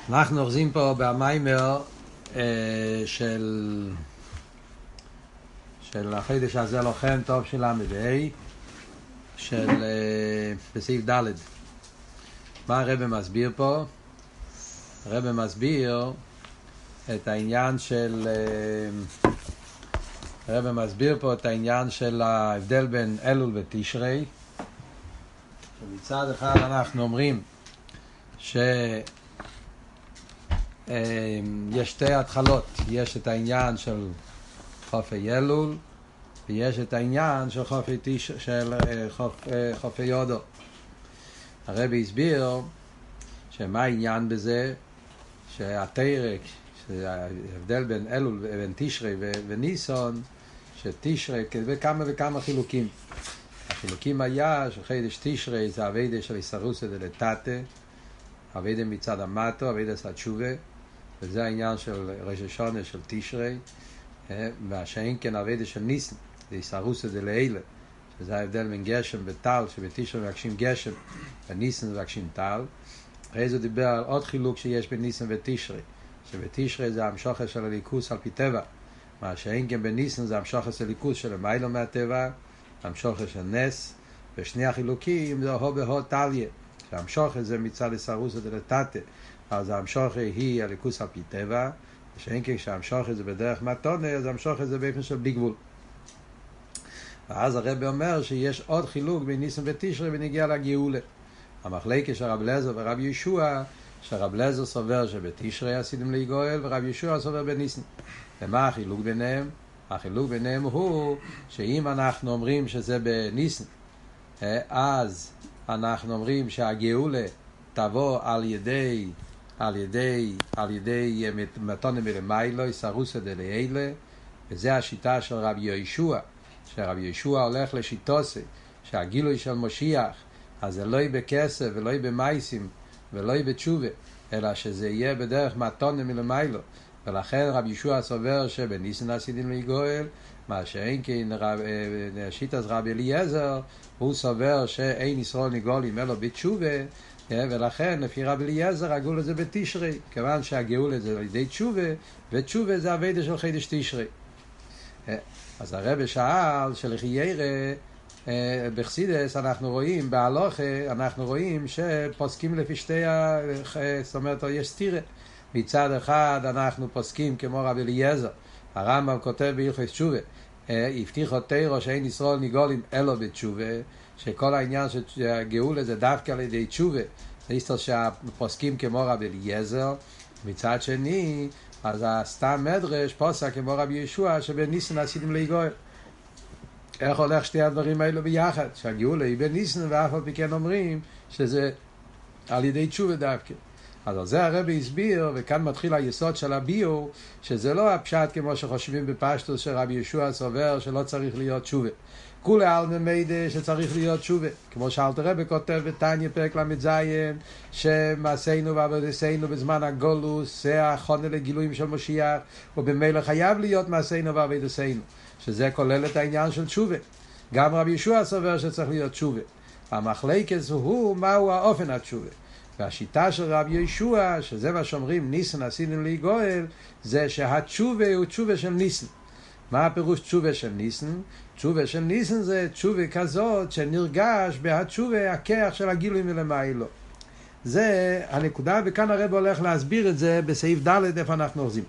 אנחנו אוחזים פה במיימר של החודש הזה לוחם טוב של למדי של בסעיף ד'. מה הרב מסביר פה? הרב מסביר את העניין של הרב מסביר פה את העניין של ההבדל בין אלול ותשרי. מצד אחד אנחנו אומרים שיש שתי התחלות, יש את העניין של חופי אלול ויש את העניין של חופי יודו. הרבי הסביר שמה העניין בזה, שהתרק, שההבדל בין אלול ובין תשרי וניסון, שתשרי וכמה וכמה חילוקים. החילוקים היה שחידש תשרי זה עבודה של איסרוסא דלתתא, עבודה מצד המטו, עבודה של תשובה, וזה העניין של ראש השונה של תשרי, והשאין כן עבודה של ניסן, זה איסרוסא דלעילא, שזה ההבדל בין גשם וטל, שבתשרי מבקשים גשם וניסן מבקשים טל. אחרי זה דיבר על עוד חילוק שיש בין ניסן ותשרי, שבתשרי זה המשוחס של הליכוס על פי טבע, מה שאין כן בניסן זה המשוחס של הליכוס של המיילו מהטבע, המשוחס של נס, ושני החילוקים זה הו בהו טליה, שהמשוחס זה מצד איסרוסא דלתתא, אז המשוחס היא הליכוס על פי טבע, ושאין כן שהמשוחס זה בדרך מתונה, אז המשוחס זה באופן של בלי גבול. ואז הרב אומר שיש עוד חילוק בין ניסן ותשרי ונגיע לגאולה. המחלקה של רב אליעזר ורב ישוע, שרב אליעזר סובר שבתשרי עשיתם להיגואל ורב ישוע סובר בניסן. ומה החילוק ביניהם? החילוק ביניהם הוא שאם אנחנו אומרים שזה בניסן, אז אנחנו אומרים שהגאולה תבוא על ידי מתונה מלמיילו, איסרוסא דלעילא, וזה השיטה של רב ישוע, שרב ישוע הולך לשיטוסי, שהגילוי של משיח אז זה לא יהיה בכסף ולא יהיה במייסים ולא יהיה בתשובה, אלא שזה יהיה בדרך מתונה מלמיילו. ולכן רב ישוע סובר שבניסן עשיתם להיגואל, מה שאין כן שיטת רב אליעזר, הוא סובר שאין ישראל נגאלים אלא בתשובה, ולכן לפי רב אליעזר הגאולה זה בתשרי, כיוון שהגאולה זה על ידי תשובה, ותשובה זה עבודה של חידש תשרי. אז הרב שאל שלכי ירא בחסידס אנחנו רואים, בהלוכה אנחנו רואים שפוסקים לפי שתי, זאת אומרת יש סתירה. מצד אחד אנחנו פוסקים כמו רב אליעזר, הרמב"ם כותב בהלכות תשובה, הבטיחו תורה שאין ישראל נגאלים אלא בתשובה, שכל העניין של הגאולה זה דווקא על ידי תשובה, זה איסטר שהפוסקים כמו רב אליעזר. מצד שני אז הסתם מדרש פוסק כמו רב ישוע שבניסן עשיתם להיגואל. איך הולך שתי הדברים האלו ביחד? שהגאולה היא בניסן ואף על פי כן אומרים שזה על ידי תשובה דווקא. אז על זה הרבי הסביר, וכאן מתחיל היסוד של הביור, שזה לא הפשט כמו שחושבים בפשטוס שרבי ישוע סובר שלא צריך להיות תשובה. כולי עלמא מידע שצריך להיות תשובה. כמו שאלתר רבי כותב בתניא פרק ל"ז, שמעשינו ועבודתנו בזמן הגולוס זה הכנה לגילויים של משיח, ובמילא חייב להיות מעשינו ועבודתנו, שזה כולל את העניין של תשובה. גם רבי ישוע סובר שצריך להיות תשובה. המחלוקת הוא מהו האופן התשובה. והשיטה של רב ישוע, שזה מה שאומרים ניסן עשיתם להיגואל, זה שהתשובה הוא תשובה של ניסן. מה הפירוש תשובה של ניסן? תשובה של ניסן זה תשובה כזאת שנרגש בהתשובה הכח של הגילוי מלמיילו. זה הנקודה, וכאן הרב הולך להסביר את זה בסעיף ד' איפה אנחנו אוחזים.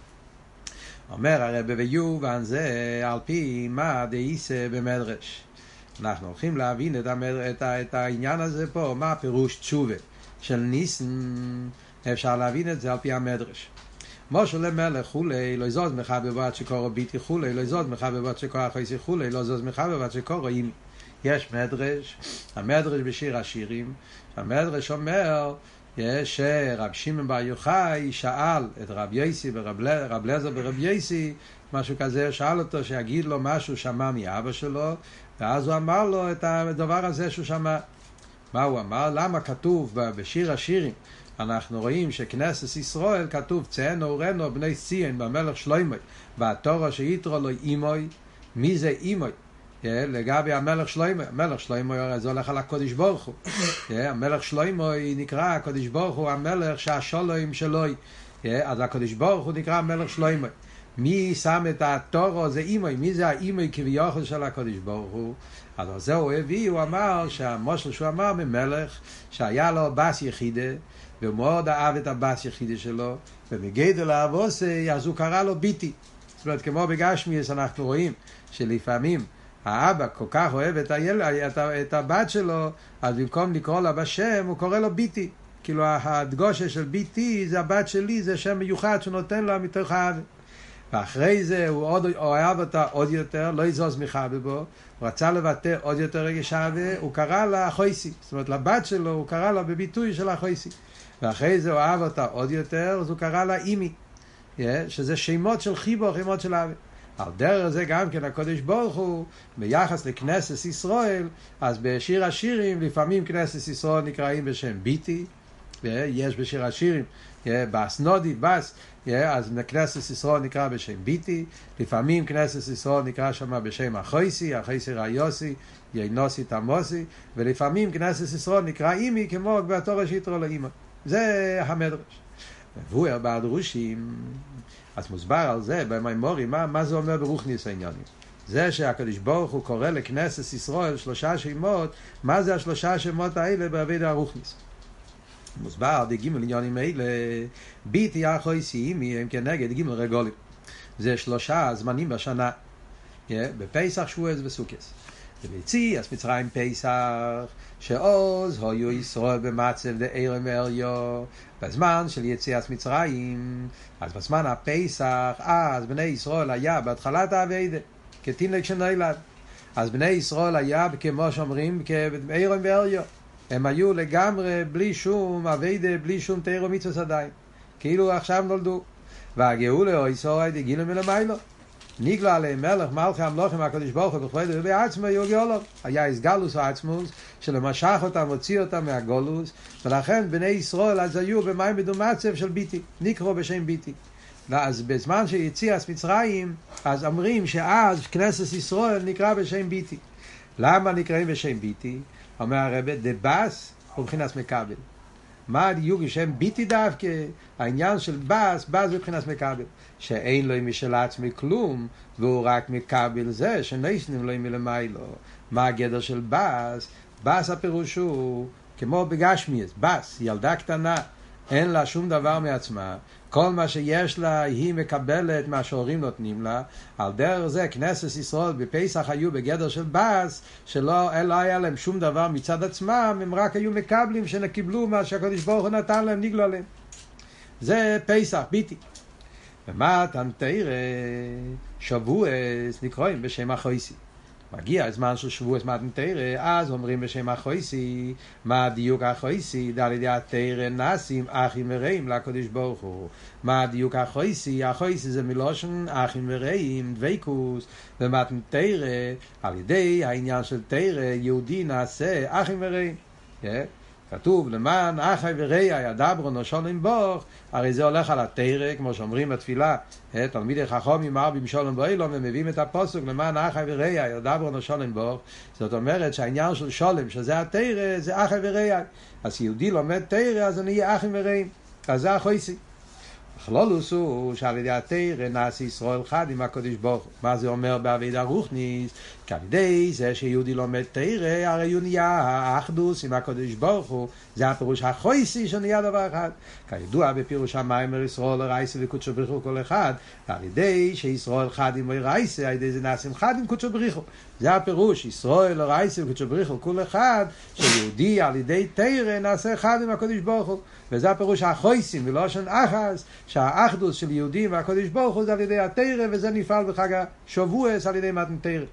אומר הרב ויובן זה על פי מה דאיסא במדרש. אנחנו הולכים להבין את העניין הזה פה, מה הפירוש תשובה של ניסן. אפשר להבין את זה על פי המדרש. משה למלך חולי לא יזוז מך בבת שקורו ביתי חולי לא יזוז מך בבת שקורו חייסי חולי לא יזוז מך בבת שקורו אימי. יש מדרש, המדרש בשיר השירים, המדרש אומר שרב שמעון בר יוחאי שאל את רב יוסי ורב אליעזר ברב יוסי משהו כזה, שאל אותו שיגיד לו משהו שמע מאבא שלו, ואז הוא אמר לו את הדבר הזה שהוא שמע. מה הוא אמר? למה כתוב בשיר השירים אנחנו רואים שכנסת ישראל כתוב צאנו ורנו בני ציון במלך שלמה והתורה שיתרו לו אימוי. מי זה אימוי? לגבי המלך שלמה, המלך שלמה זה הולך על הקודש ברוך הוא. המלך שלמה נקרא הקודש ברוך הוא המלך שהשלום שלו. אז הקודש ברוך הוא נקרא המלך שלמה. מי שם את התורו? זה אימוי. מי זה האימוי כביכול של הקודש ברוך הוא? אז זה הוא הביא, הוא אמר שהמושל שהוא אמר ממלך שהיה לו בס יחידה, והוא מאוד אהב את הבס יחידה שלו, ובגדל האבוסי אז הוא קרא לו ביטי. זאת אומרת, כמו בגשמיאס אנחנו רואים שלפעמים האבא כל כך אוהב את הבת שלו, אז במקום לקרוא לה בשם הוא קורא לו ביטי. כאילו הדגושה של ביטי זה הבת שלי, זה שם מיוחד שנותן לה מתוך האהבה. ואחרי זה הוא עוד אוהב אותה עוד יותר, לא יזוז מחבב בו, הוא רצה לבטא עוד יותר רגש אהבה, הוא קרא לה חויסי. זאת אומרת, לבת שלו הוא קרא לה בביטוי של החויסי. ואחרי זה הוא אהב אותה עוד יותר, אז הוא קרא לה אימי, שזה שמות של חיבור, שמות של אהבה. על דרך זה גם כן הקודש ברוך הוא, ביחס לכנסת ישראל, אז בשיר השירים, לפעמים כנסת ישראל נקראים בשם ביטי, יש בשיר השירים, בס נודי, בס, אז כנסת ישראל נקרא בשם ביטי, לפעמים כנסת ישראל נקרא שם בשם החויסי, החויסי ראיוסי, ינוסי תמוסי, ולפעמים כנסת ישראל נקרא אימי, כמו בתורה שיתרו לאימא. זה המדרש. והוא הרבה הדרושים, אז מוסבר על זה במימורי, מה זה אומר ברוכניס העניינים? זה שהקדוש ברוך הוא קורא לכנסת ישראל 3 שמות, מה זה 3 שמות האלה בעבודה הרוכניס? מוסבר בג' עניינים האלה, ביטי החויסי אימי הם כנגד ג' רגולים. זה 3 זמנים בשנה, בפסח, שבועס וסוכס. וביציאת מצרים פסח, שעוז היו ישראל במצב דעירום ואליו, בזמן של יציאת מצרים, אז בזמן הפסח, אז בני ישראל היה בהתחלת העבודה, כתינוק שנולד. אז בני ישראל היה, כמו שאומרים, כעירום ואליו. הם היו לגמרי בלי שום עבודה, בלי שום תורה ומצוות עדיין. כאילו עכשיו נולדו. והגאולה או ישראל דגילו מלמיילו. נגלה עליהם מלך מלכי המלוכים הקדוש ברוך הוא בכבודו ובעצמו יוגיע לו. היה איסגלוס העצמוס שלמשך אותם, הוציא אותם מהגולוס, ולכן בני ישראל אז היו במים בדומצב של ביטי, נקראו בשם ביטי. אז בזמן שיציאת מצרים, אז אומרים שאז כנסת ישראל נקרא בשם ביטי. למה נקראים בשם ביטי? אומר הרב, דבס הוא מבחינת מקבל. מה הדיוק שם ביטי דווקא? העניין של בס מבחינת מקבל. שאין לו משל עצמי כלום, והוא רק מקבל זה, שנשנים לו מלמיילו. מה הגדר של בס? בס הפירוש הוא, כמו בגשמיאס, בס, ילדה קטנה, אין לה שום דבר מעצמה, כל מה שיש לה היא מקבלת מה שהורים נותנים לה. על דרך זה כנסת ישראל בפסח היו בגדר של בס, שלא היה להם שום דבר מצד עצמם, הם רק היו מקבלים שקיבלו מה שהקדוש ברוך הוא נתן להם, נגלו עליהם. זה פסח, ביטי. ומתן תורה שבועס נקראים בשם החויסי. מגיע הזמן של שבועס מתן תורה, אז אומרים בשם החויסי. מה הדיוק החויסי? על ידי התורה נעשים אחים ורעים לקדוש ברוך הוא. מה הדיוק החויסי? החויסי זה מלושן אחים ורעים, דבקוס. ומתן תורה על ידי העניין של תורה יהודי נעשה אחים ורעים. כתוב למען אחי ורעי ידברו נשולם בוך, הרי זה הולך על התורה, כמו שאומרים בתפילה, תלמידי חכמים מרבים שלום באילום, ומביאים את הפסוק למען אחי ורעי ידברו נשולם בוך. זאת אומרת שהעניין של שלום, שזה התורה, זה אחי ורעי. אז יהודי לומד תורה, אז נהיה אחים ורעים. אז זה החויסי. הכלולוס הוא שעל ידי התורה נעשה ישראל חד עם הקדוש ברוך הוא. מה זה אומר בעבודה רוחנית? כי על ידי זה שיהודי לומד תורה, הרי הוא נהיה האחדוס עם הקדוש ברוך הוא. זה הפירוש החויסי שנהיה דבר אחד. כידוע בפירוש המיימר ישראל רייסה וקודשו בריחו כל אחד, ועל ידי שישראל חד עם רייסה, על ידי זה נעשים חד עם קודשו בריחו. זה הפירוש, ישראל רייסה וקודשו בריחו כל אחד, שיהודי על ידי תורה נעשה חד עם הקדוש ברוך הוא. וזה הפירוש החויסים ולושן אחס, שהאחדוס של יהודים והקדוש ברוך הוא זה על ידי התורה, וזה נפעל בחג השבועס על ידי מתן תורה.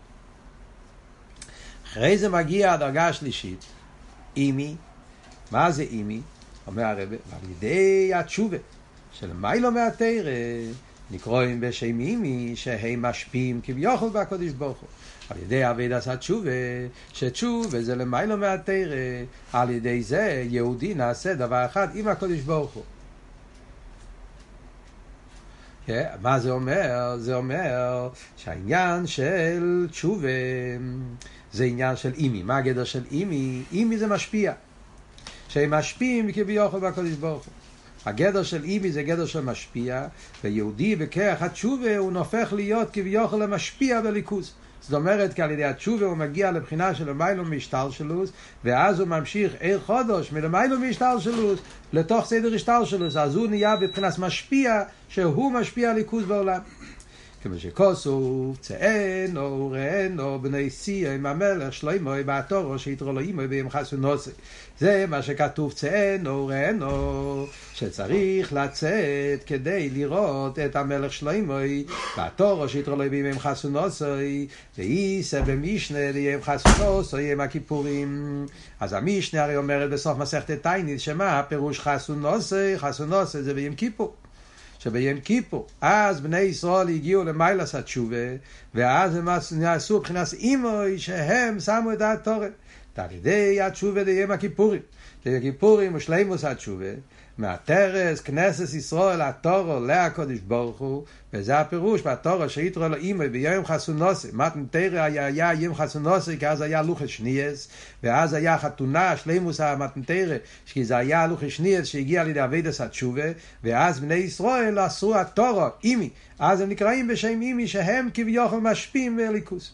אחרי זה מגיע הדרגה השלישית, אימי. מה זה אימי? אומר הרב, על ידי התשובה של מיילו מהתורה נקראים בשם אימי, שהם משפיעים כביכול בקדוש ברוך הוא. על ידי עבודת התשובה, שתשובה זה למיילו מהתורה, על ידי זה יהודי נעשה דבר אחד עם הקדוש ברוך הוא. מה זה אומר? זה אומר שהעניין של תשובה זה עניין של אימי. מה הגדר של אימי? אימי זה משפיע. שהם משפיעים כביכול בקדוש ברוך הוא. הגדר של אימי זה גדר של משפיע, ויהודי בכוח התשובה הוא נופך להיות כביכול למשפיע בליכוז. זאת אומרת, כי על ידי התשובה הוא מגיע לבחינה של למיילו מהשתלשלות, ואז הוא ממשיך עיר חודש מלמיילו מהשתלשלות לתוך סדר השתלשלות, אז הוא נהיה בבחינת משפיע, שהוא משפיע ליכוז בעולם. כמו שכוסו, צאנו, ראינו, בני סייה עם המלך שלמה בתורה שיתרו לו אימו ביום חסונוסי. זה מה שכתוב צאנו, ראינו, שצריך לצאת כדי לראות את המלך שלמה בתורה שיתרו לו ביום חסונוסי, וייסה במשנה ליום חסונוסי יום הכיפורים. אז המשנה הרי אומרת בסוף מסכת תענית שמה הפירוש חסונוסי? חסונוסי זה ביום כיפור. שביום כיפור, אז בני ישראל הגיעו למיילס התשובה, ואז הם נעשו מבחינת אימוי שהם שמו את התורה. על ידי התשובה ליום הכיפורים. ליום הכיפורים ושלימוס התשובה, מהתרס, כנסת ישראל, התורה להקדוש ברוך הוא, וזה הפירוש בתורה שיתרו לו אימוי ביום חסונוסי. מתן תורה היה יום חסונוסי, כי אז היה לוחס שניאס, ואז היה חתונה, שלימוס המתן תורה, כי זה היה לוחס שניאס שהגיע לידי עבודת התשובה, ואז בני ישראל עשו התורה אימי, אז הם נקראים בשם אימי שהם כביכול משפיעים בליכוז.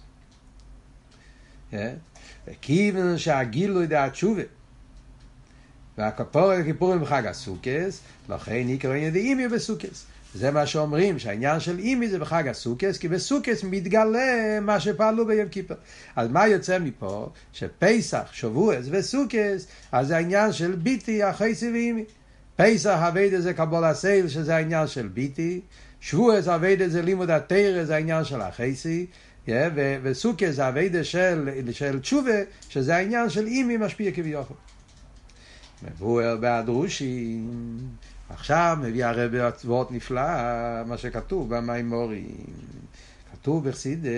וכיוון שהגילו לידי התשובה, והכפורת הכיפורים בחג הסוכס, לכן נקראים לידי אימי בסוכס. זה מה שאומרים, שהעניין של אימי זה בחג הסוכס, כי בסוכס מתגלה מה שפעלו ביום כיפור. אז מה יוצא מפה? שפסח, שבועס וסוכס, אז זה העניין של ביתי, החסי ואימי. פסח עבד זה קבול הסייל, שזה העניין של ביתי, שבועס עבד זה לימוד התורה, זה העניין של החסי, וסוכס עבד של תשובה, שזה העניין של אימי משפיע כביכול. מבואר בהדרושים, עכשיו מביא הרב עצבות נפלא, מה שכתוב במימורים, כתוב בחסידות,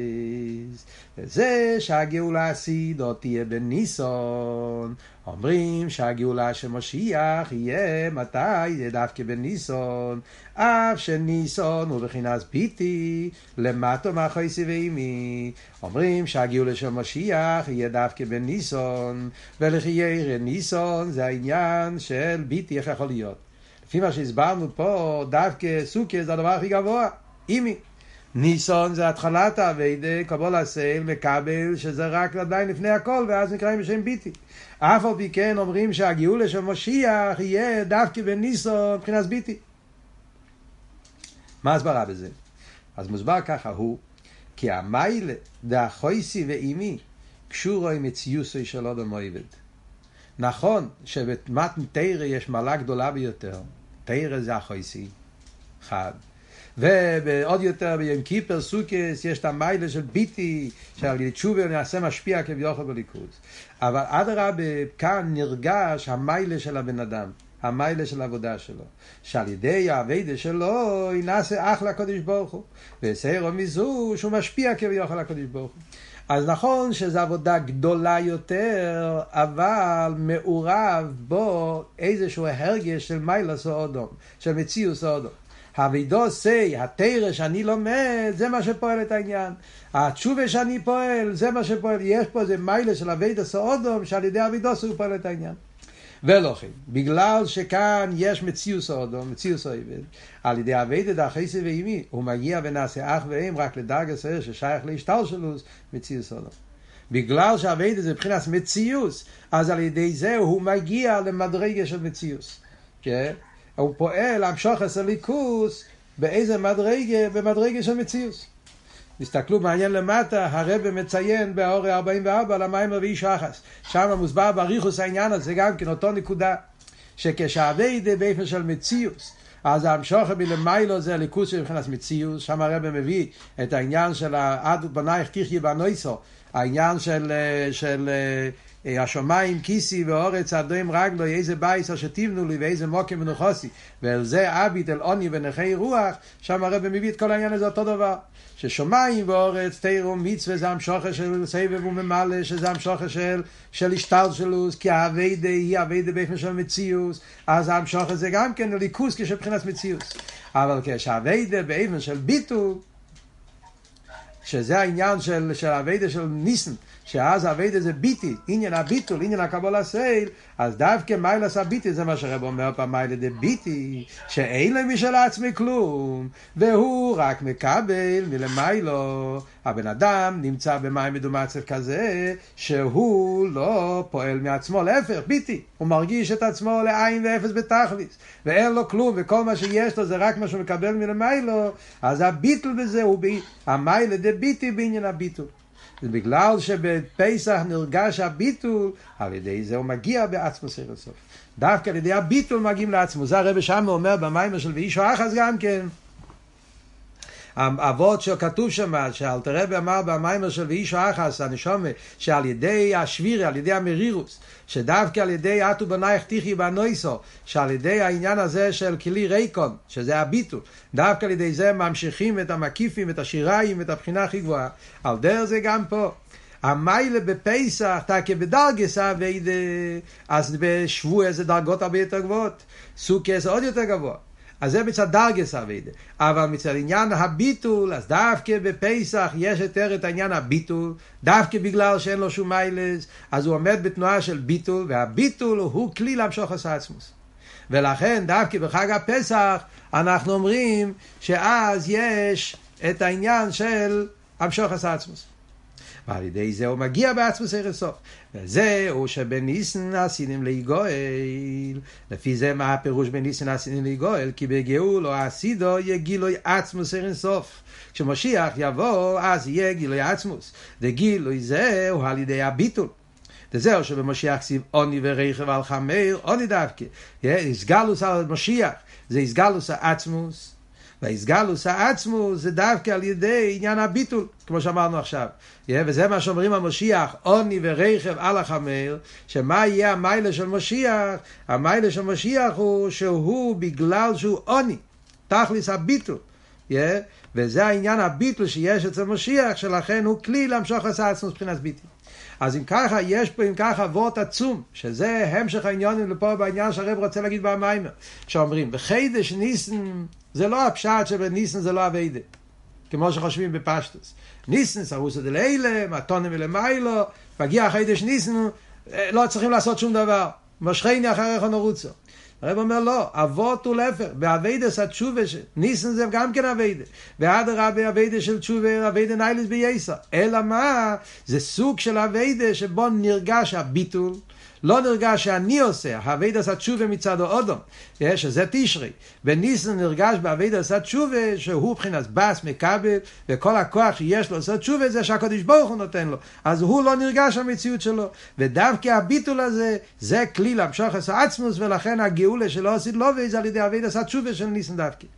זה שהגאולה הסידו תהיה בניסון, אומרים שהגאולה של משיח יהיה מתי? זה דווקא בניסון, אף שניסון הוא בחינת ביתי, למטו מהחסי ואימי. אומרים שהגאולה של משיח יהיה דווקא בניסון, ולחייר ניסון זה העניין של ביתי, איך יכול להיות? לפי מה שהסברנו פה, דווקא סוכות זה הדבר הכי גבוה, אימי. ניסון זה התחלת העבודה, קבול הסייל, מקבל, שזה רק עדיין לפני הכל, ואז נקראים בשם ביתי. אף על פי כן אומרים שהגאולה של משיח יהיה דווקא בניסון מבחינת ביתי. מה הסברה בזה? אז מוסבר ככה הוא, כי המיילה דאחויסי ואימי קשורו עם מציוסי של אדם עובד. נכון שבמתן תורה יש מעלה גדולה ביותר, תורה זה החויסי, חד. ועוד יותר ביום כיפר סוכס יש את המיילה של ביתי, שעל ידי תשובה נעשה משפיע כביכול בליכוז. אבל אדרבה כאן נרגש המיילה של הבן אדם, המיילה של העבודה שלו, שעל ידי העבודה שלו נעשה אחלה הקדוש ברוך הוא, וסיירו מזו שהוא משפיע כביכול הקדוש ברוך הוא. אז נכון שזו עבודה גדולה יותר, אבל מעורב בו איזשהו הרגש של מיילס או אודום, של מציאוס או אודום. הוידו סי, התורה שאני לומד, זה מה שפועל את העניין. התשובה שאני פועל, זה מה שפועל. יש פה איזה מיילס של הוידוס או אודום, שעל ידי הוידו סי הוא פועל את העניין. ולכן, בגלל שכאן יש מציאוס או אודום, מציאוס או עבד, על ידי הוידד החסי ואימי, הוא מגיע ונעשה אח ואם רק לדרגה סער ששייך להשתלשלות מציאוס או אודום. בגלל שהוידד זה מבחינת מציאוס, אז על ידי זה הוא מגיע למדרגה של מציאוס. כן? הוא פועל המשוך הסליקוס באיזה מדרגה? במדרגה של מציאוס. תסתכלו מעניין למטה, הרב מציין באור 44 למיימר ואיש אחס. שם מוסבר בריחוס העניין הזה גם כן אותו נקודה, שכשהעבודה באופן של מציאוס, אז המשוך בלמיילו זה הליכוס מבחינת מציאוס. שם הרב מביא את העניין של עד בנייך תחיה בנויסו, העניין של השמיים כיסי ואורץ אדום רגלו, איזה בייס אשר תבנו לי ואיזה מוקם ונוחוסי, ואל זה אביט אל עוני ונכי רוח, שם הרב מביא את כל העניין הזה אותו דבר. ששמיים ואורץ תירו מצווה זה המשוכר של סבב וממלא, שזה המשוכר של השתלשלוס, כי העבודה היא עבודה באופן של מציאוס, אז המשוכר זה גם כן ליכוס כשבחינת מציאוס. אבל כשהעבודה באופן של ביטול, שזה העניין של העבודה של ניסן, שאז העבודה זה ביטי, עניין הביטול, עניין הקבלה סייל, אז דווקא מיילס הביטי, זה מה שהרב אומר פעם, מיילס הביטי, שאין לו משל עצמי כלום, והוא רק מקבל מלמיילו. הבן אדם נמצא במים מדומצב כזה, שהוא לא פועל מעצמו, להפך, ביטי, הוא מרגיש את עצמו לעין ואפס בתכליס, ואין לו כלום, וכל מה שיש לו זה רק מה שהוא מקבל מלמיילו, אז הביטול בזה הוא המיילס הביטי בעניין הביטול. זה בגלל שבפסח נרגש הביטול, על ידי זה הוא מגיע בעצמו סיר הסוף. דווקא על ידי הביטול מגיעים לעצמו. זה הרב שם אומר במיימר של ואיש אחס גם כן. אבות שכתוב שם, שאלתר רבי אמר במיימר של ואיש אחס, אני שומע, שעל ידי השבירי, על ידי המרירוס, שדווקא על ידי אתו בנייך תיחי בנויסו, שעל ידי העניין הזה של כלי ריקון, שזה הביטול, דווקא על ידי זה ממשיכים את המקיפים, את השיריים, את הבחינה הכי גבוהה. על דרך זה גם פה. המיילה בפסח, תקה בדרגס אביידה, אז בשבוע זה דרגות הרבה יותר גבוהות, סוכס עוד יותר גבוה. אז זה מצד דרגס אביידה. אבל מצד עניין הביטול, אז דווקא בפסח יש יותר את העניין הביטול, דווקא בגלל שאין לו שום מיילס, אז הוא עומד בתנועה של ביטול, והביטול הוא כלי להמשוך עצמוס. ולכן דווקא בחג הפסח אנחנו אומרים שאז יש את העניין של המשוך עצמוס. ועל ידי זה הוא מגיע בעצמוס ערב סוף. וזהו שבניסן עשינים להיגואל. לפי זה מה הפירוש בניסן עשינים להיגואל? כי בגאול או עשידו יהיה גילוי עצמוס ערב סוף. כשמשיח יבוא אז יהיה גילוי עצמוס. וגילוי זה הוא על ידי הביטול. וזהו שבמשיח סיב עוני ורכב על חמר, עוני דווקא. הסגלוס על משיח, זה הסגלוס העצמוס. והסגלוס העצמוס זה דווקא על ידי עניין הביטול, כמו שאמרנו עכשיו. וזה מה שאומרים המשיח, עוני ורכב על החמר, שמה יהיה המיילה של משיח? המיילה של משיח הוא שהוא בגלל שהוא עוני, תכליס הביטול. וזה העניין הביטול שיש אצל משיח, שלכן הוא כלי להמשוך עצמוס מבחינת ביטול. אז אם ככה, יש פה אם ככה וורט עצום, שזה המשך העניינים לפה בעניין שהרב רוצה להגיד במיימר, שאומרים, בחידש ניסן, זה לא הפשט שבניסן זה לא עבודה, כמו שחושבים בפשטוס. ניסן, סרוסא דלילה, מתונה מלמיילו, מגיע חידש ניסן, לא צריכים לעשות שום דבר. משכני אחריך נרוצו. הרב אומר לא, אבות הוא להפך, בעבודת התשובה, ניסן זה גם כן עבודת, ואדרבה בעבודת של תשובה, עבודת ניילס בייסר. אלא מה? זה סוג של עבודת שבו נרגש הביטול, לא נרגש שאני עושה, עבודת התשובה מצד האדם, שזה תשרי. וניסן נרגש בעבודת התשובה, שהוא מבחינת בס מקבל, וכל הכוח שיש לו לעשות תשובה זה שהקדוש ברוך הוא נותן לו. אז הוא לא נרגש המציאות שלו. ודווקא הביטול הזה, זה כלי להמשוך עצמוס, ולכן הגאולה שלא עשית לו, וזה על ידי עבודת התשובה של ניסן דווקא.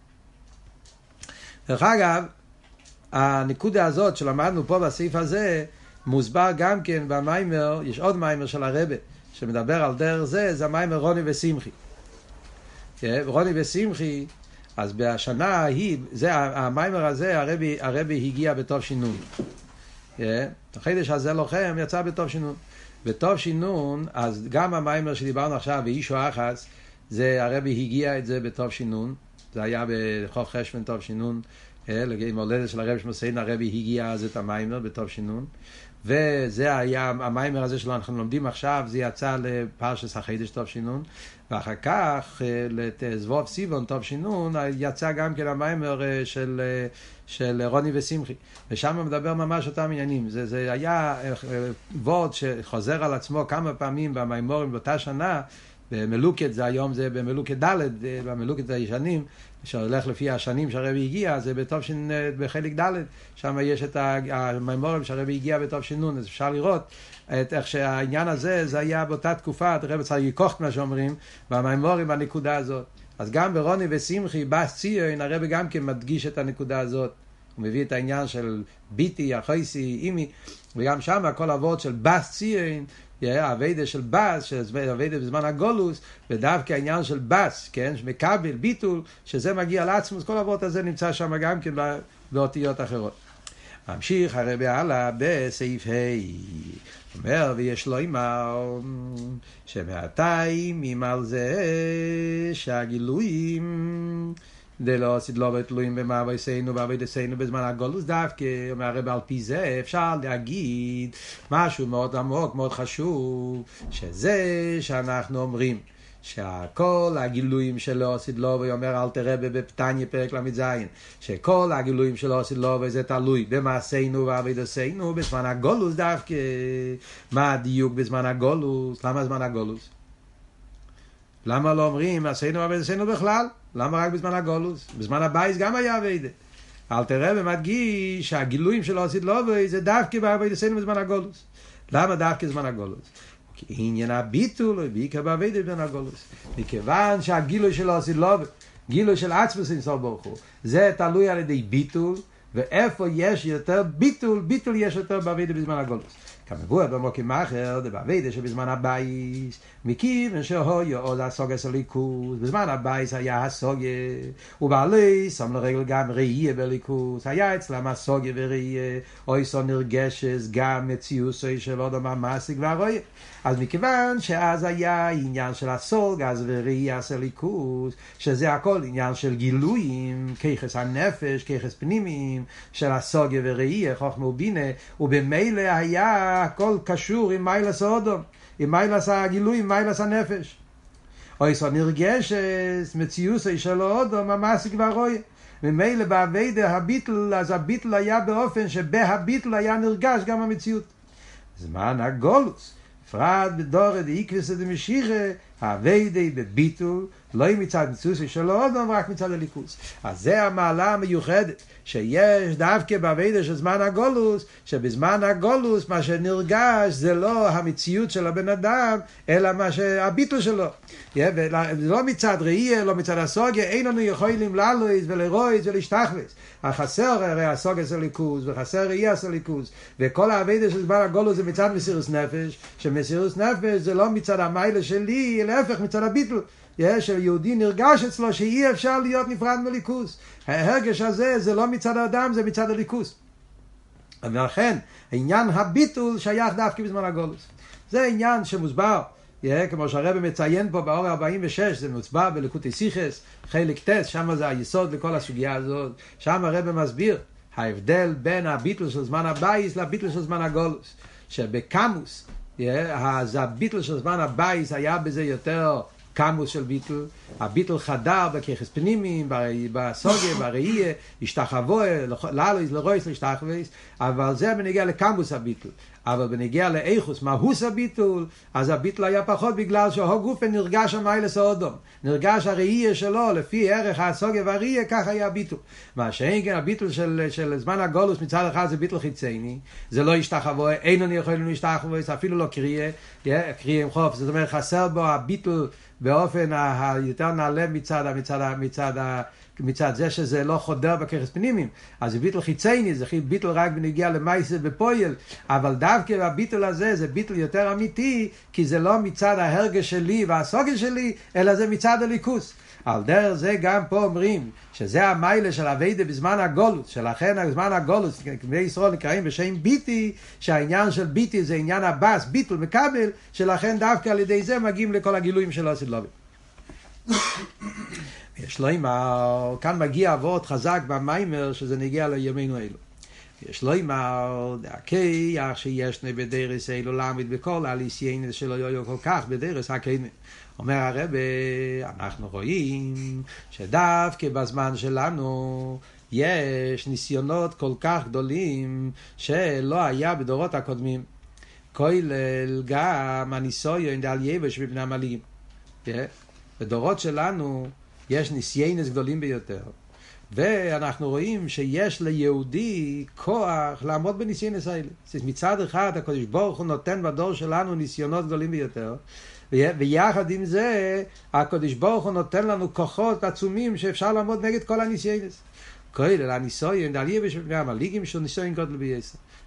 דרך אגב, הנקודה הזאת שלמדנו פה בסעיף הזה, מוסבר גם כן במיימר, יש עוד מיימר של הרבי שמדבר על דרך זה, זה המיימר רוני ושמחי. רוני ושמחי, אז בשנה ההיא, זה המיימר הזה, הרבי הגיע בטוב שינון. החידש הזה לוחם יצא בטוב שינון. בטוב שינון, אז גם המיימר שדיברנו עכשיו, ואישו אחס, זה הרבי הגיע את זה בטוב שינון, זה היה בחוף חשבן טוב שינון, עם הולדת של הרבי שמוסיין, הרבי הגיע אז את המיימר בטוב שינון, וזה היה המיימר הזה שלו אנחנו לומדים עכשיו, זה יצא לפרשס החידש טוב שינון, ואחר כך לזבוב סיבון טוב שינון יצא גם כן המיימר של רוני ושמחי, ושם מדבר ממש אותם עניינים. זה היה וורד שחוזר על עצמו כמה פעמים במיימורים באותה שנה, במלוקת, זה היום זה במלוקת ד', במלוקת הישנים, שהולך לפי השנים שהרבי הגיע, זה בטוב בחלק ד', שם יש את המיימורים שהרבי הגיע בטוב שינון, אז אפשר לראות את איך שהעניין הזה, זה היה באותה תקופה, הרבי צריך לקוחת מה שאומרים, במיימורים בנקודה הזאת. אז גם ברוני ושמחי, בס ציון, הרבי גם כן מדגיש את הנקודה הזאת, הוא מביא את העניין של ביטי, החייסי, אימי, וגם שם כל העבוד של בס ציון, הווידה של בס, הווידה בזמן הגולוס, ודווקא העניין של בס, כן, שמקבל, ביטול, שזה מגיע לעצמוס, כל העבוד הזה נמצא שם גם כן באותיות אחרות. ממשיך הרבי הלאה בסעיף ה' אומר ויש לו אמר שמעתיים ממעל זה שהגילויים דלא סדלו ותלויים במאוויסנו ועבודתנו בזמן הגולוס דווקא. אומר הרבי על פי זה אפשר להגיד משהו מאוד עמוק מאוד חשוב, שזה שאנחנו אומרים שהכל הגילויים שלו עשית לו, ואומר אל תראה בפתניה פרק למד שכל הגילויים שלו עשית לו וזה תלוי במעשינו ועבודתנו בזמן הגולוס דווקא. מה הדיוק בזמן הגולוס? למה זמן הגולוס? למה לא אומרים מעשינו ועבודתנו בכלל? למה רק בזמן הגולוס? בזמן הבייס גם היה עבודה. אל תראה ומדגיש שהגילויים שלו עשית לו וזה דווקא בעבודתנו בזמן הגולוס. למה דווקא בזמן הגולוס? כי עניין הביטול בעיקר בעבודה בזמן הגולוס, מכיוון שהגילוי שלו עשית לו, גילוי של עצמוס אינסוף ברוך הוא, זה תלוי על ידי ביטול, ואיפה יש יותר ביטול, ביטול יש יותר בעבודה בזמן הגולוס. כמבואר במוקים אחר, בעבודה שבזמן הבייס, מכיוון שהויו עוד הסוגס הליכוס, בזמן הבייס היה הסוגיה, ובעלי שם לרגל גם ראייה בליכוס, היה אצלם הסוגיה וראייה, אוי סו נרגשס גם מציוסי של עוד הממסיק והרויה. אז מכיוון שאז היה עניין של הסוג, אז וראייה של ליכוס, שזה הכל עניין של גילויים, כיחס הנפש, כיחס פנימיים, של הסוגיה וראייה, חוכמה ובינה, ובמילא היה הכל קשור עם מיילס האודום, עם מיילס הגילוי, עם מיילס הנפש. או יסוד נרגשת, מציוסי של האודום, המסיק והרויה. ממילא בעבודה הביטל, אז הביטל היה באופן שבהביטל היה נרגש גם המציאות. זמן הגולוס, פרט בדורת איקוויסא דמשיחא, העבודה בביטול, לא מצד מציוסי של האודום, רק מצד הליכוס. אז זה המעלה המיוחדת, שיש דווקא בעבודה של זמן הגולוס, שבזמן הגולוס מה שנרגש זה לא המציאות של הבן אדם, אלא מה שהביטול שלו. לא מצד ראייה, לא מצד הסוגיה, אין לנו יכולים לעלות ולרוץ ולהשתחווס. החסר הרי הסוגיה של ליכוס, וחסר ראייה של ליכוס, וכל העבודה של זמן הגולוס זה מצד מסירות נפש, שמסירות נפש זה לא מצד המיילה שלי, להפך מצד הביטול. של יהודי נרגש אצלו שאי אפשר להיות נפרד מליכוס. ההרגש הזה זה לא מצד האדם, זה מצד הליכוס. ולכן העניין הביטול שייך דווקא בזמן הגולוס. זה עניין שמוסבר, כמו שהרבא מציין פה באור 46, זה מוסבר בליקוטי סיכס, חלק טס, שם זה היסוד לכל הסוגיה הזאת. שם הרבא מסביר ההבדל בין הביטול של זמן הבייס לביטול של זמן הגולוס. שבקמוס, אז הביטול של זמן הבייס היה בזה יותר קמוס של ביטל, הביטל חדר בכיחס פנימיים, בסוגיה, בראייה, השתחוו, לאלויס, לרויס, להשתחוויס, אבל זה בנגיע לקמוס הביטל. אבל בנגיע לאיכוס, מהוס הביטול, אז הביטל היה פחות בגלל שהוא גופה נרגש המיילס האודום. נרגש הראייה שלו, לפי ערך הסוגיה והראייה, כך היה הביטול. מה שאין כן, הביטול של זמן הגולוס מצד אחד זה ביטל חיצייני, זה לא השתחוו, אין יכולים להשתחוויס, אפילו לא קריאה, קריאה עם חוף, זאת אומרת חסר בו הביטול, באופן היותר נעלה מצד זה שזה לא חודר בכיחס פנימיים. אז זה ביטל חיצייני, זה ביטל רק בנגיע למייסה בפועל, אבל דווקא הביטל הזה זה ביטל יותר אמיתי, כי זה לא מצד ההרגש שלי והסוגל שלי, אלא זה מצד הליכוס. על דרך זה גם פה אומרים שזה המיילה של עבודה בזמן הגולוס, שלכן בזמן הגולוס, כמי ישראל נקראים בשם ביטי, שהעניין של ביטי זה עניין הבאס, ביטול מקבל, שלכן דווקא על ידי זה מגיעים לכל הגילויים של עשית לובי. יש לו אמר, כאן מגיע עבוד חזק במיימר שזה נגיע לימינו אלו. יש לו אמר, דאקייח שישנה בדרס אלו למד בכל הליסיינס שלו יהיו כל כך בדרס הקיימת. אומר הרב, אנחנו רואים שדווקא בזמן שלנו יש ניסיונות כל כך גדולים שלא היה בדורות הקודמים. כולל גם הניסויון דל יבש ובני עמלים. בדורות שלנו יש ניסיינס גדולים ביותר. ואנחנו רואים שיש ליהודי כוח לעמוד בניסיינס האלה. מצד אחד הקדוש ברוך הוא נותן בדור שלנו ניסיונות גדולים ביותר, ויחד עם זה הקדוש ברוך הוא נותן לנו כוחות עצומים שאפשר לעמוד נגד כל הניסיינס. כולל הניסיון דל יבש ובני עמלים שהוא ניסיון גדול ביותר.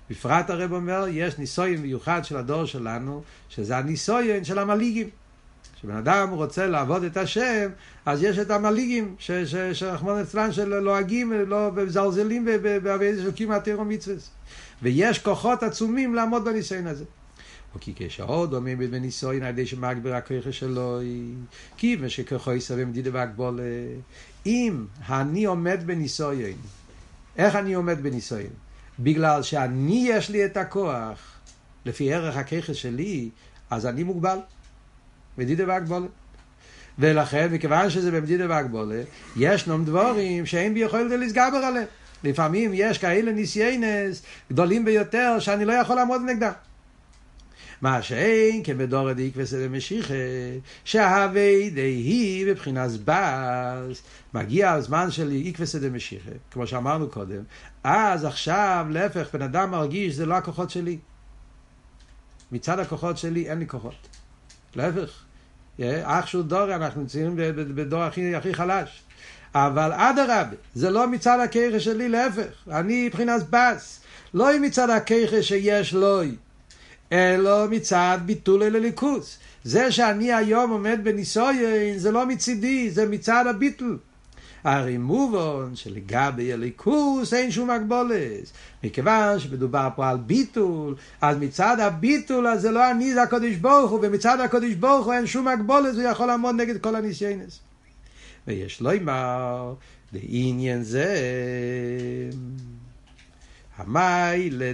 בפרט הרב אומר, יש ניסויים מיוחד של הדור שלנו, שזה הניסויים של המליגים. כשבן אדם רוצה לעבוד את השם, אז יש את המליגים, שרחמנא ליצלן שלועגים, לא מזלזלים בעבודה של קיום התורה ומצוות. ויש כוחות עצומים לעמוד בניסיון הזה. כי כשעוד עומד בניסיון, על ידי שמגביר הכוח שלו, כי ושכוחו יסבב מדידה והגבולה. אם אני עומד בניסיון, איך אני עומד בניסיון? בגלל שאני יש לי את הכוח, לפי ערך הכוח שלי, אז אני מוגבל. מדידה והגבולה. ולכן, מכיוון שזה במדידה והגבולה, ישנם דברים שאין בי יכול לסגבר עליהם. לפעמים יש כאלה ניסיינס גדולים ביותר שאני לא יכול לעמוד נגדם. מה שאין כבדור דאיקווס דמשיחא, שהווי דהי בבחינת בז, מגיע הזמן של איקווס דמשיחא, כמו שאמרנו קודם, אז עכשיו להפך בן אדם מרגיש זה לא הכוחות שלי. מצד הכוחות שלי אין לי כוחות. להפך, אח שהוא דור, אנחנו נמצאים בדור הכי חלש. אבל אדרבה, זה לא מצד הכיחה שלי, להפך. אני מבחינת בס, לא מצד הכיחה שיש לוי, אלא מצד ביטול לליכוס. זה שאני היום עומד בניסויין, זה לא מצידי, זה מצד הביטול. הרי מובן שלגבי הליכוס אין שום הגבולת. מכיוון שמדובר פה על ביטול, אז מצד הביטול אז זה לא אני, זה הקדוש ברוך הוא, ומצד הקדוש ברוך הוא אין שום הגבולת, הוא יכול לעמוד נגד כל הניסיינס. ויש לו אמר, לעניין זה, המיילה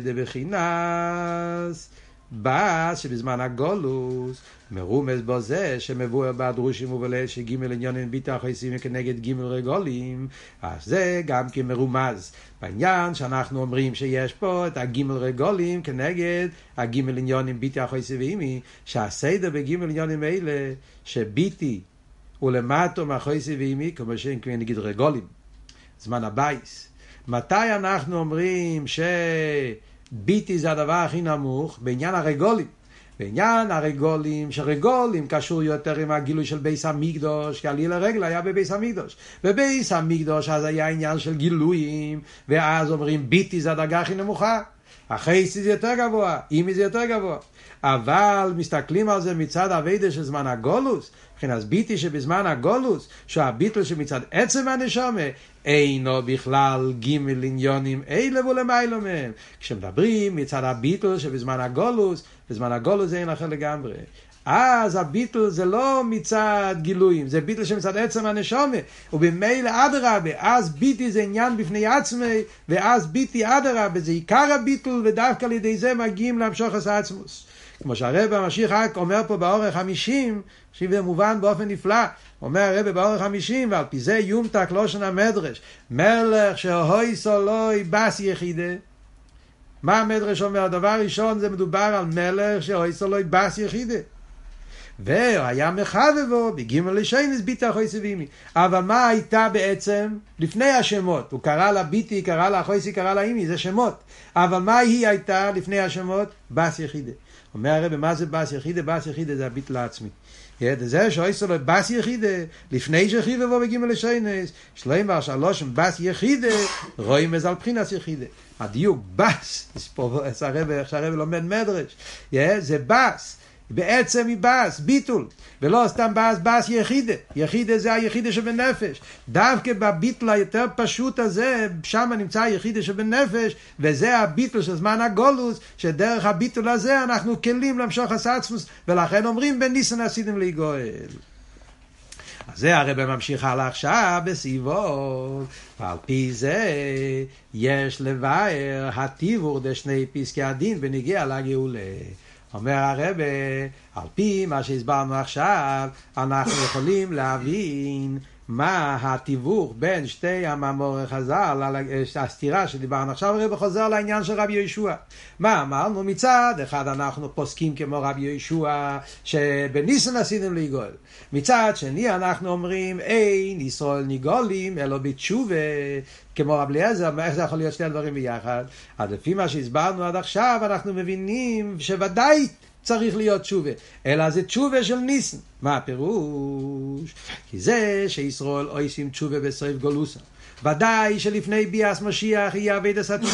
דבחינס, בא שבזמן הגולוס, מרומז בו זה שמבואר בדרושים ובליל שגימל עניונים ביטה חייסים כנגד גימל רגולים, אז זה גם כמרומז בעניין שאנחנו אומרים שיש פה את הגימל רגולים כנגד הגימל עניונים ביטה חייסים, שהסדר בגימל עניונים האלה שביטי ולמטו מהחייסים ואימי כמו שאין כמו נגיד רגולים, זמן הבייס. מתי אנחנו אומרים ביטי זה הדבר הכי נמוך? בעניין הרגולים. בעניין הרגולים, שרגולים קשור יותר עם הגילוי של בייס המקדוש, כי עליל הרגל היה בבייס המקדוש. בבייס המקדוש אז היה עניין של גילויים, ואז אומרים ביטי זה הדרגה הכי נמוכה. החייסי זה יותר גבוה, אימי זה יותר גבוה. אבל מסתכלים על זה מצד הווידה של זמן הגולוס, מבחינת ביטי שבזמן הגולוס, שהביטל שמצד עצם הנשמה, אינו בכלל גימל עניונים אלה ולמיילו מהם. כשמדברים מצד הביטל שבזמן הגולוס, בזמן הגולוס זה אין אחר לגמרי. אז הביטל זה לא מצד גילויים, זה ביטל שמצד עצם הנשמה, ובמילא אדרבה, אז ביטי זה עניין בפני עצמי, ואז ביטי אדרבה, זה עיקר הביטל, ודווקא לידי זה מגיעים להמשוך עצמוס. כמו שהרב המשיח רק אומר פה באורך 50, שזה מובן באופן נפלא, אומר הרב באורך 50, ועל פי זה יומתק לושן המדרש, מלך שהוי סולוי בס יחידה. מה המדרש אומר? דבר ראשון זה מדובר על מלך שהוי סולוי בס יחידה. והיה מחבבו בגימל לשיינס ביטה חויסי ואימי. אבל מה הייתה בעצם לפני השמות? הוא קרא לה ביטי, קרא לה חויסי, קרא לה אימי, זה שמות. אבל מה היא הייתה לפני השמות? בס יחידה. אומר הרב, מה זה בס יחידה? בס יחידה זה הביטל העצמי. זה שאויסו לו בס יחידה, לפני שחיבבו בגימל לשיינס, שלוים והשלושם בס יחידה, רואים איזה על בחינס יחידה. הדיוק בס, שהרב לומד מדרש, זה בס. בעצם היא בס, ביטול, ולא סתם בס יחידה. יחידה זה היחידה שבנפש. דווקא בביטול היותר פשוט הזה, שם נמצא היחידה שבנפש, וזה הביטול של זמן הגולוס, שדרך הביטול הזה אנחנו כלים למשוך עצמוס, ולכן אומרים בניסן עשיתם להיגואל. אז זה הרב ממשיך הלאה עכשיו בסיבוב, ועל פי זה יש לבאר התיבור דשני פסקי הדין בנגיע לגאולה. אומר הרב, על פי מה שהסברנו עכשיו, אנחנו יכולים להבין מה התיווך בין שתי המאמרי חז"ל, הסתירה שדיברנו עכשיו. הרב חוזר לעניין של רבי יהושע. מה אמרנו? מצד אחד אנחנו פוסקים כמו רבי יהושע שבניסן עשיתם להיגאל. מצד שני אנחנו אומרים אין ישראל ניגולים אלא בתשובה, כמו רב אליעזר. איך זה יכול להיות שני הדברים ביחד? אז לפי מה שהסברנו עד עכשיו אנחנו מבינים שוודאי צריך להיות תשובה, אלא זה תשובה של ניסן. מה הפירוש? כי זה שישראל עושים תשובה בסוף גולוסה, ודאי שלפני ביאס משיח יהיה עבודת התשובה.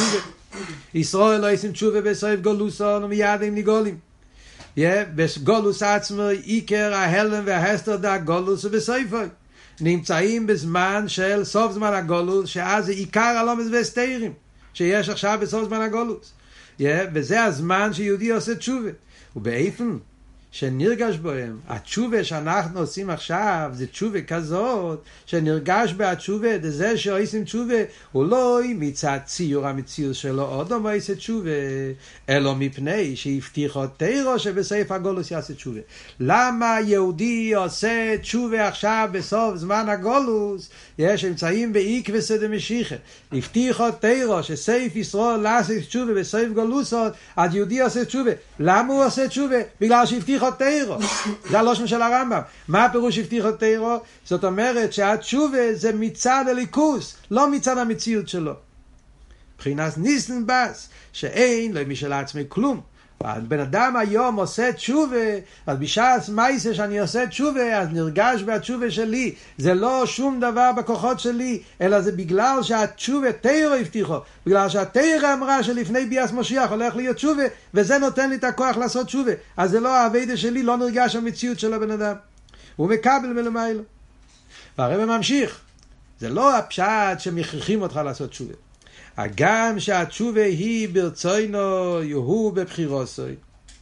ישראל לא עושים תשובה בסוף גולוסון ומיד הם ניגולים. בגולוס עצמו עיקר ההלם וההסתר דה גולוס ובסופו. נמצאים בזמן של סוף זמן הגולוס, שאז זה עיקר הלומס והסתירים, שיש עכשיו בסוף זמן הגולוס. וזה הזמן שיהודי עושה תשובה. ובאיפן שנרגש בהם, התשובה שאנחנו עושים עכשיו, זה תשובה כזאת, שנרגש בהתשובה, זה שעושים תשובה, הוא לא מצד ציור המציאות שלו, עוד לא עושה תשובה, אלא מפני שהבטיחו תירו שבסוף הגולוס יעשה תשובה. למה יהודי עושה תשובה עכשיו בסוף זמן הגולוס? יש אמצעים בעקבסא דמשיחא. הבטיחו תירו שסוף ישראל לעשות תשובה בסוף גולוסות, אז יהודי עושה תשובה. למה הוא עושה תשובה? בגלל שהבטיחו תירו. זה הלושן של הרמב"ם. מה הפירוש הבטיחו תירו? זאת אומרת שהתשובה זה מצד הליכוס, לא מצד המציאות שלו. מבחינת ניסן בס, שאין לו משל עצמי כלום. בן אדם היום עושה תשובה, אז בשעת מייסה שאני עושה תשובה, אז נרגש בתשובה שלי. זה לא שום דבר בכוחות שלי, אלא זה בגלל שהתשובה תירו הבטיחו, בגלל שהתירו אמרה שלפני ביאס משיח הולך להיות תשובה, וזה נותן לי את הכוח לעשות תשובה. אז זה לא העבודה שלי, לא נרגש המציאות של הבן אדם. הוא מקבל מלמיילו. והרב ממשיך, זה לא הפשט שמכריחים אותך לעשות תשובה. גם שהתשובה היא ברצונו, הוא בבחירוסוי.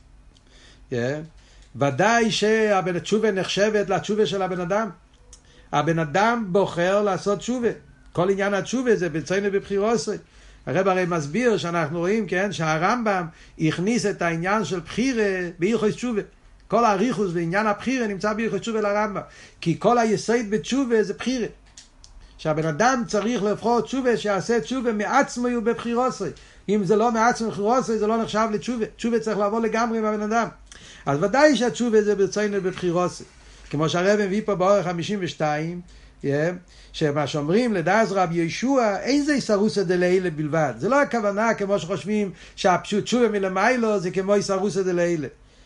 ודאי שהתשובה נחשבת לתשובה של הבן אדם. הבן אדם בוחר לעשות תשובה. כל עניין התשובה זה ברצונו בבחירוסוי. הרב הרי מסביר שאנחנו רואים, כן, שהרמב"ם הכניס את העניין של בחירה בהלכות תשובה. כל הריחוס ועניין הבחירה נמצא בהלכות תשובה לרמב"ם. כי כל היסוד בתשובה זה בחירה. שהבן אדם צריך לבחור תשובה, שיעשה תשובה מעצמו ובבחירוסי. אם זה לא מעצמו ובבחירוסי, זה לא נחשב לתשובה. תשובה צריך לעבור לגמרי מהבן אדם. אז ודאי שהתשובה זה ברצונו ובבחירוסי. כמו שהרב מביא פה באורך 52, שמה שאומרים לדעת רבי ישוע, אין זה איסרוסא דלילה בלבד. זה לא הכוונה כמו שחושבים שהפשוט תשובה מלמיילו זה כמו איסרוסא דלילה.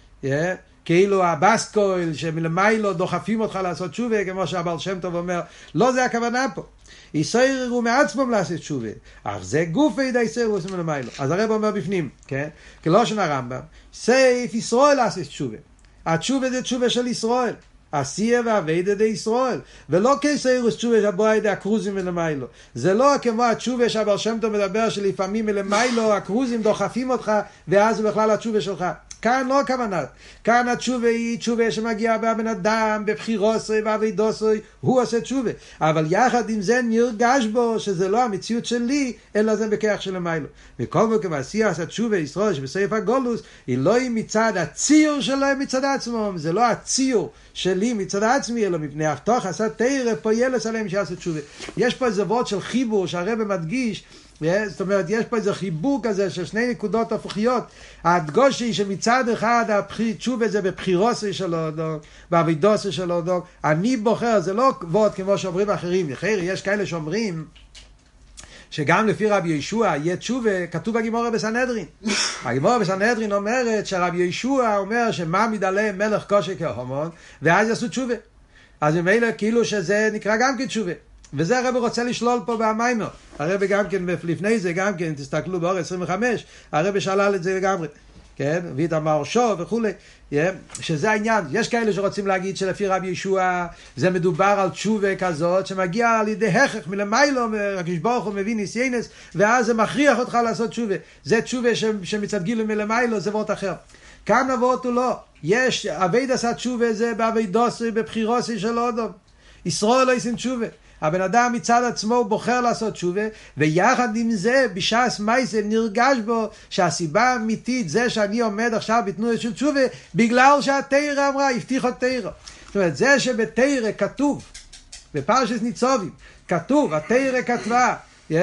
כאילו הבסקויל שמלמיילו דוחפים אותך לעשות תשובה, כמו שהבעל שם טוב אומר, לא זה הכוונה פה. ישראל הוא מעצמם לעשות תשובה, אך זה גוף ידי ישראל הוא עושה מלמיילו. אז הרב אומר בפנים, כן? כלושן הרמב"ם, סייף ישראל לעשות תשובה. התשובה זה תשובה של ישראל. עשייה והעבודה די ישראל, ולא כסיירוס תשובה שבו הידי הקרוזים מלמיילו. זה לא כמו התשובה שהבעל שם טוב מדבר שלפעמים מלמיילו הקרוזים דוחפים אותך ואז הוא בכלל התשובה שלך. כאן לא הכוונה. כאן התשובה היא תשובה שמגיעה בבן אדם, בבחירוסי, בעבודוסי, הוא עושה תשובה. אבל יחד עם זה נרגש בו שזה לא המציאות שלי, אלא זה בכך של המיילו. וכל מקום עשייה עשה תשובה ישראל שבסוף הגולוס, היא לא היא מצד הציור שלהם מצד עצמם. זה לא הציור שלי מצד עצמי, אלא מפני הבטוח עשה תרא פועלס עליהם שעשה תשובה. יש פה איזה וורט של חיבור שהרב מדגיש, זאת אומרת, יש פה איזה חיבור כזה של שני נקודות הפוכיות. ההדגושי שמצד אחד התשובה זה בבחירוסי שלו, בעבודוסי שלו, אני בוחר, זה לא וורט כמו שאומרים אחרים. יש כאלה שאומרים שגם לפי רבי ישוע יהיה תשובה, כתוב בגמרא בסנהדרין. הגמרא בסנהדרין אומרת שרבי ישוע אומר שמה מדעלם מלך כושר כהומון, ואז יעשו תשובה. אז ממילא כאילו שזה נקרא גם כתשובה. וזה הרב רוצה לשלול פה במיימר. הרב גם כן, לפני זה גם כן, תסתכלו באור 25, הרב שלל את זה לגמרי. כן? וית המרשו וכו'. שזה העניין. יש כאלה שרוצים להגיד שלפי רבי ישוע זה מדובר על תשובה כזאת שמגיע על ידי הכרח מלמיילו, הקדוש ברוך הוא מביא ניסיינס, ואז זה מכריח אותך לעשות תשובה. זה תשובה שמצד גילו מלמיילו, זה וורט אחר. כאן הוורט הוא לא. יש, עבד עשה תשובה זה בעבודוסי, בבחירוסי של אודום. ישראל לא עושים תשובה. הבן אדם מצד עצמו בוחר לעשות תשובה, ויחד עם זה, בשעס מייסה נרגש בו שהסיבה האמיתית זה שאני עומד עכשיו בתנועה של תשובה, בגלל שהתורה אמרה, הבטיחה תורה. זאת אומרת, זה שבתורה כתוב, בפרשת ניצובים, כתוב, התורה כתבה,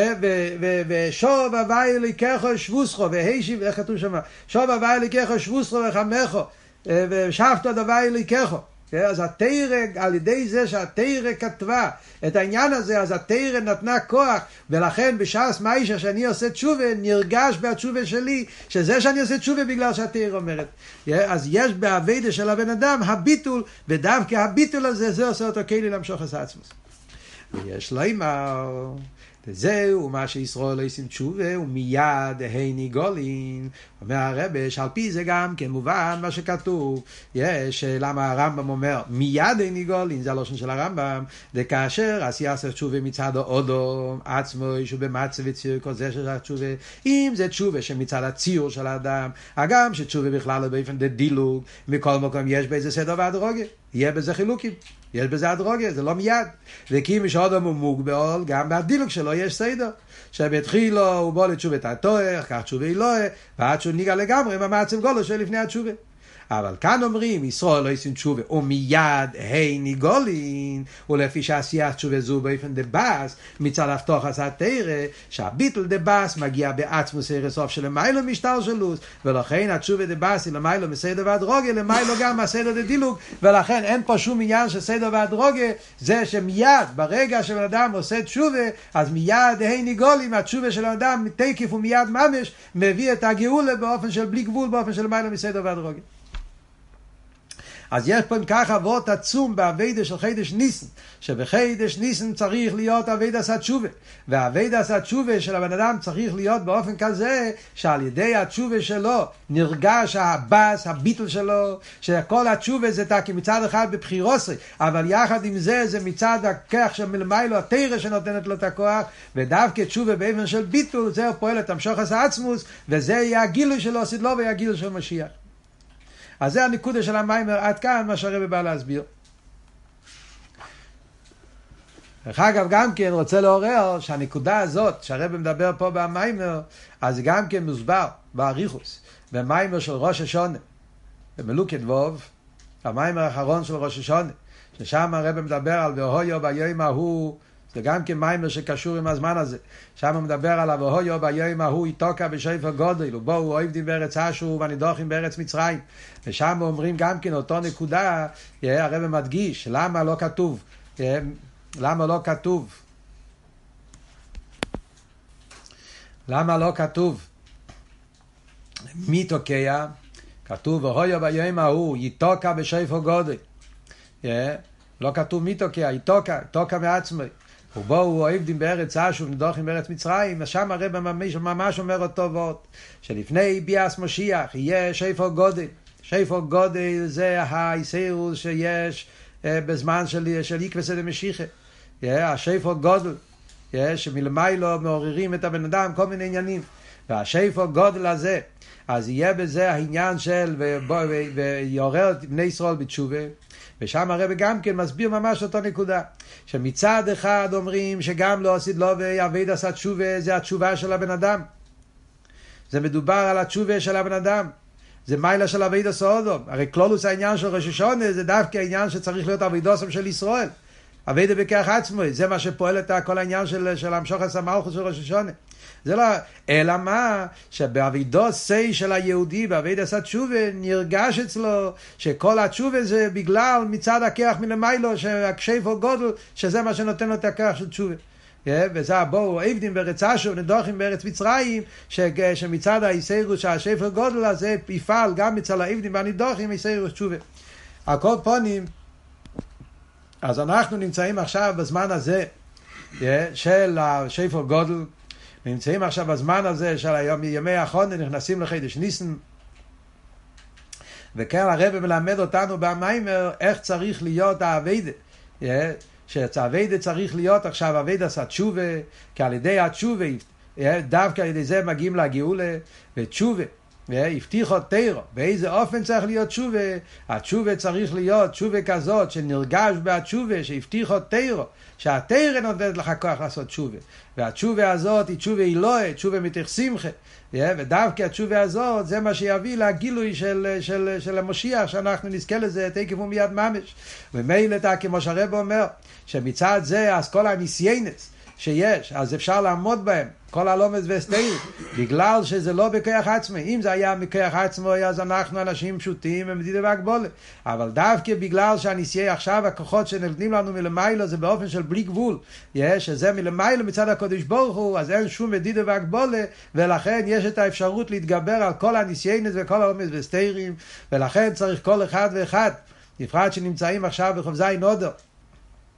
ושוב הווי אלוהיכך שבוסכו, והשיב, איך כתוב שם? שוב הווי אלוהיכך שבוסכו וחמכו, ושבת הווי אלוהיכך. אז התורה, על ידי זה שהתורה כתבה את העניין הזה, אז התורה נתנה כוח, ולכן בשעס מיישה שאני עושה תשובה, נרגש בתשובה שלי, שזה שאני עושה תשובה בגלל שהתורה אומרת. אז יש בעבודה של הבן אדם הביטול, ודווקא הביטול הזה, זה עושה אותו כלי למשוך את עצמו. ויש לו אמר, וזהו מה שישראל עושים תשובה, ומיד היני גולין. אומר הרב, שעל פי זה גם כן מובן מה שכתוב. יש, למה הרמב"ם אומר, מיד היני גולין, זה הלושן של הרמב"ם, וכאשר עשיית תשובה מצד האודום, עצמו, שהוא במצב וציור, כל זה של התשובה, אם זה תשובה שמצד הציור של האדם, הגם שתשובה בכלל באופן דילוג, מכל מקום יש באיזה סדר והדרוגה, יהיה בזה חילוקים. יש בזה הדרוגיה, זה לא מיד. וכי משאדם הוא מוגבל, גם בהדילוג שלו יש סדר. שבתחילו הוא בוא לתשובת התואר, כך תשובה אלוהי, ועד שהוא ניגע לגמרי עם המעצם גולו שלפני התשובה. אבל כאן אומרים, ישראל לא עושים תשובה, ומיד היני גולין, ולפי שעשיית תשובה זו באופן דבאס, מצד הפתוח עשה תרא, שהביטל דבאס מגיע בעצמוס הרסוף של למיילו משטר שלוס, ולכן התשובה דבאס היא למיילו מסדר והדרוגה, למיילו גם מסדר דדילוג, ולכן אין פה שום עניין של סדר והדרוגה, זה שמיד, ברגע שבן אדם עושה תשובה, אז מיד היני גולין, התשובה של האדם תקיף ומיד ממש, מביא את הגאולה באופן של בלי גבול, באופן של למיילו מסדר והדרוגה. אז יש פה ככה אבות עצום בעבודה של חידש ניסן, שבחידש ניסן צריך להיות עבודה התשובה, והעבודה התשובה של הבן אדם צריך להיות באופן כזה, שעל ידי התשובה שלו נרגש הבאס, הביטל שלו, שכל התשובה זה תקי מצד אחד בבחירוסי, אבל יחד עם זה, זה מצד הכח שמלמיילו התרא שנותנת לו את הכוח, ודווקא תשובה באופן של ביטל, זה פועל את המשוך העצמוס, וזה יהיה הגילוי שלו, סדלו ויהיה הגילוי של משיח. אז זה הנקודה של המיימר עד כאן, מה שהרבא בא להסביר. אגב, גם כן רוצה לעורר שהנקודה הזאת שהרבא מדבר פה במיימר, אז זה גם כן מוסבר באריכוס, במיימר של ראש השונה, במלוקת ווב, המיימר האחרון של ראש השונה, ששם הרבא מדבר על והויו ביום ההוא, זה גם כן מיימר שקשור עם הזמן הזה. שם הוא מדבר על והויו ביום ההוא יתוקע בשפר גודל, ובואו עבדים בארץ אשור ונידוחים בארץ מצרים. ושם אומרים גם כן אותו נקודה, הרב מדגיש, למה לא כתוב? למה לא כתוב? למה לא כתוב? מי תוקע? כתוב והויו ביום ההוא יתוקע בשפר גודל. לא כתוב מי תוקע, יתוקע מעצמי. ובואו עבדים בארץ אשור ונידוחים בארץ מצרים, ושם הרב ממש אומר אותו ועוד, שלפני ביאס משיח יהיה שפר גודל. שפר גודל זה הישרוס שיש בזמן של יקבס דמשיחה. השפר גודל, שמלמיילו מעוררים את הבן אדם כל מיני עניינים. והשפר גודל הזה, אז יהיה בזה העניין של ויעורר את בני ישראל בתשובה. ושם הרב גם כן מסביר ממש אותו נקודה, שמצד אחד אומרים שגם לא עשית לו ועבד עשה תשובה, זה התשובה של הבן אדם. זה מדובר על התשובה של הבן אדם. זה מיילה של עבד עשה אודום. הרי כלולוס העניין של ראש השונה, זה דווקא העניין שצריך להיות עבד עשה של ישראל. עבד בכך עצמו, זה מה שפועל את כל העניין של המשוך הסמלכות של ראש השונה. זה לא, אלא מה? שבעבידו סי של היהודי, בעביד עשה תשובה, נרגש אצלו, שכל התשובה זה בגלל מצד הכח מלמיילו, שהשפר גודל, שזה מה שנותן לו את הכח של תשובה. וזה בואו עבדים בארץ אשור ונדוחים בארץ מצרים, שמצד הישרוס שהשפר גודל הזה יפעל גם מצד העבדים והנדוחים הישרוס תשובה. על כל פונים, אז אנחנו נמצאים עכשיו בזמן הזה של השפר גודל, נמצאים עכשיו בזמן הזה של ימי האחרונה, נכנסים לחידש ניסן, וכאן הרב מלמד אותנו במיימר איך צריך להיות העבודה, שהעבודה צריך להיות עכשיו עבודה עשה תשובה, כי על ידי התשובה, דווקא על ידי זה מגיעים לגאולה, ותשובה הבטיחו תורה. באיזה אופן צריך להיות תשובה? התשובה צריך להיות תשובה כזאת שנרגש בתשובה, שהבטיחו תורה, שהתורה נותנת לך כוח לעשות תשובה, והתשובה הזאת היא תשובה אלוהית, תשובה מתוך שמחה, ודווקא התשובה הזאת זה מה שיביא לגילוי של המשיח, שאנחנו נזכה לזה תקף ומיד ממש. ומילא כמו שהרב אומר, שמצד זה אז כל הניסיינס שיש, אז אפשר לעמוד בהם, כל הלומס והסתיר, בגלל שזה לא בכוח עצמי. אם זה היה מכוח עצמי, אז אנחנו אנשים פשוטים ומדידה והגבולה. אבל דווקא בגלל שהניסי עכשיו, הכוחות שנותנים לנו מלמיילו, זה באופן של בלי גבול. שזה מלמיילו מצד הקודש ברוך הוא, אז אין שום מדידה והגבולה, ולכן יש את האפשרות להתגבר על כל הניסיינס וכל הלומס והסתירים, ולכן צריך כל אחד ואחד, בפרט שנמצאים עכשיו בחוב זין אודר,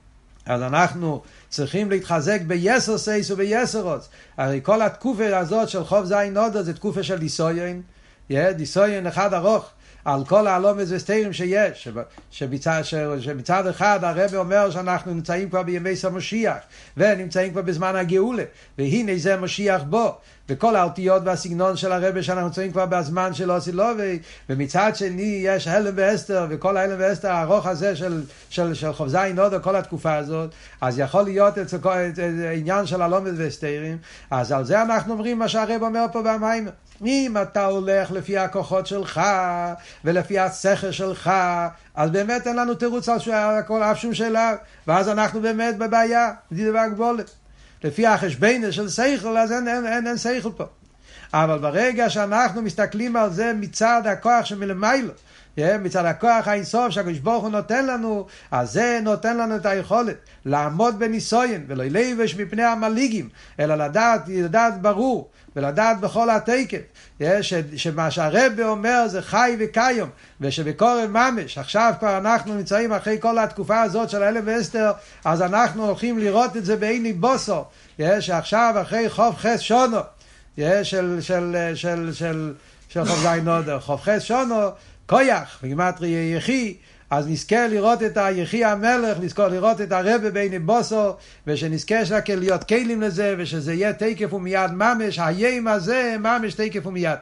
אז אנחנו צריכים להתחזק ביסר סייס וביסר רוץ. הרי כל התקופה הזאת של חוב זין נודו זה תקופה של דיסויין, דיסויין אחד ארוך על כל העלומות וסתירים שיש, שמצד אחד הרב אומר שאנחנו נמצאים כבר בימי המשיח ונמצאים כבר בזמן הגאולה, והנה זה משיח בו, וכל האותיות והסגנון של הרב שאנחנו נמצאים כבר בזמן של אוסילובי, ומצד שני יש הלם ואסתר, וכל ההלם ואסתר הארוך הזה של חוב זין נודו כל התקופה הזאת, אז יכול להיות עניין של העלומות וסתירים. אז על זה אנחנו אומרים מה שהרב אומר פה במים, אם אתה הולך לפי הכוחות שלך ולפי השכל שלך, אז באמת אין לנו תירוץ על כל אף שום שאלה, ואז אנחנו באמת בבעיה, זה דבר גבולת. לפי החשבון של שכל, אז אין שכל פה. אבל ברגע שאנחנו מסתכלים על זה מצד הכוח שמלמיילו, מצד הכוח האינסוף שהקדוש ברוך הוא נותן לנו, אז זה נותן לנו את היכולת לעמוד בניסוין ולא לבש מפני המליגים, אלא לדעת ברור ולדעת בכל התקף שמה שהרב אומר זה חי וקיים, ושבקורב ממש עכשיו כבר אנחנו נמצאים אחרי כל התקופה הזאת של הלם ואסתר, אז אנחנו הולכים לראות את זה בעיני בוסו, שעכשיו אחרי חוב חס שונו של חוב זין נודו, חוב חס שונו כויח וגימטריה יחי, אז נזכה לראות את היחי המלך, נזכה לראות את הרב בעיני בוסו, ושנזכה להיות כלים לזה, ושזה יהיה תקף ומיד ממש, היום הזה ממש תקף ומיד.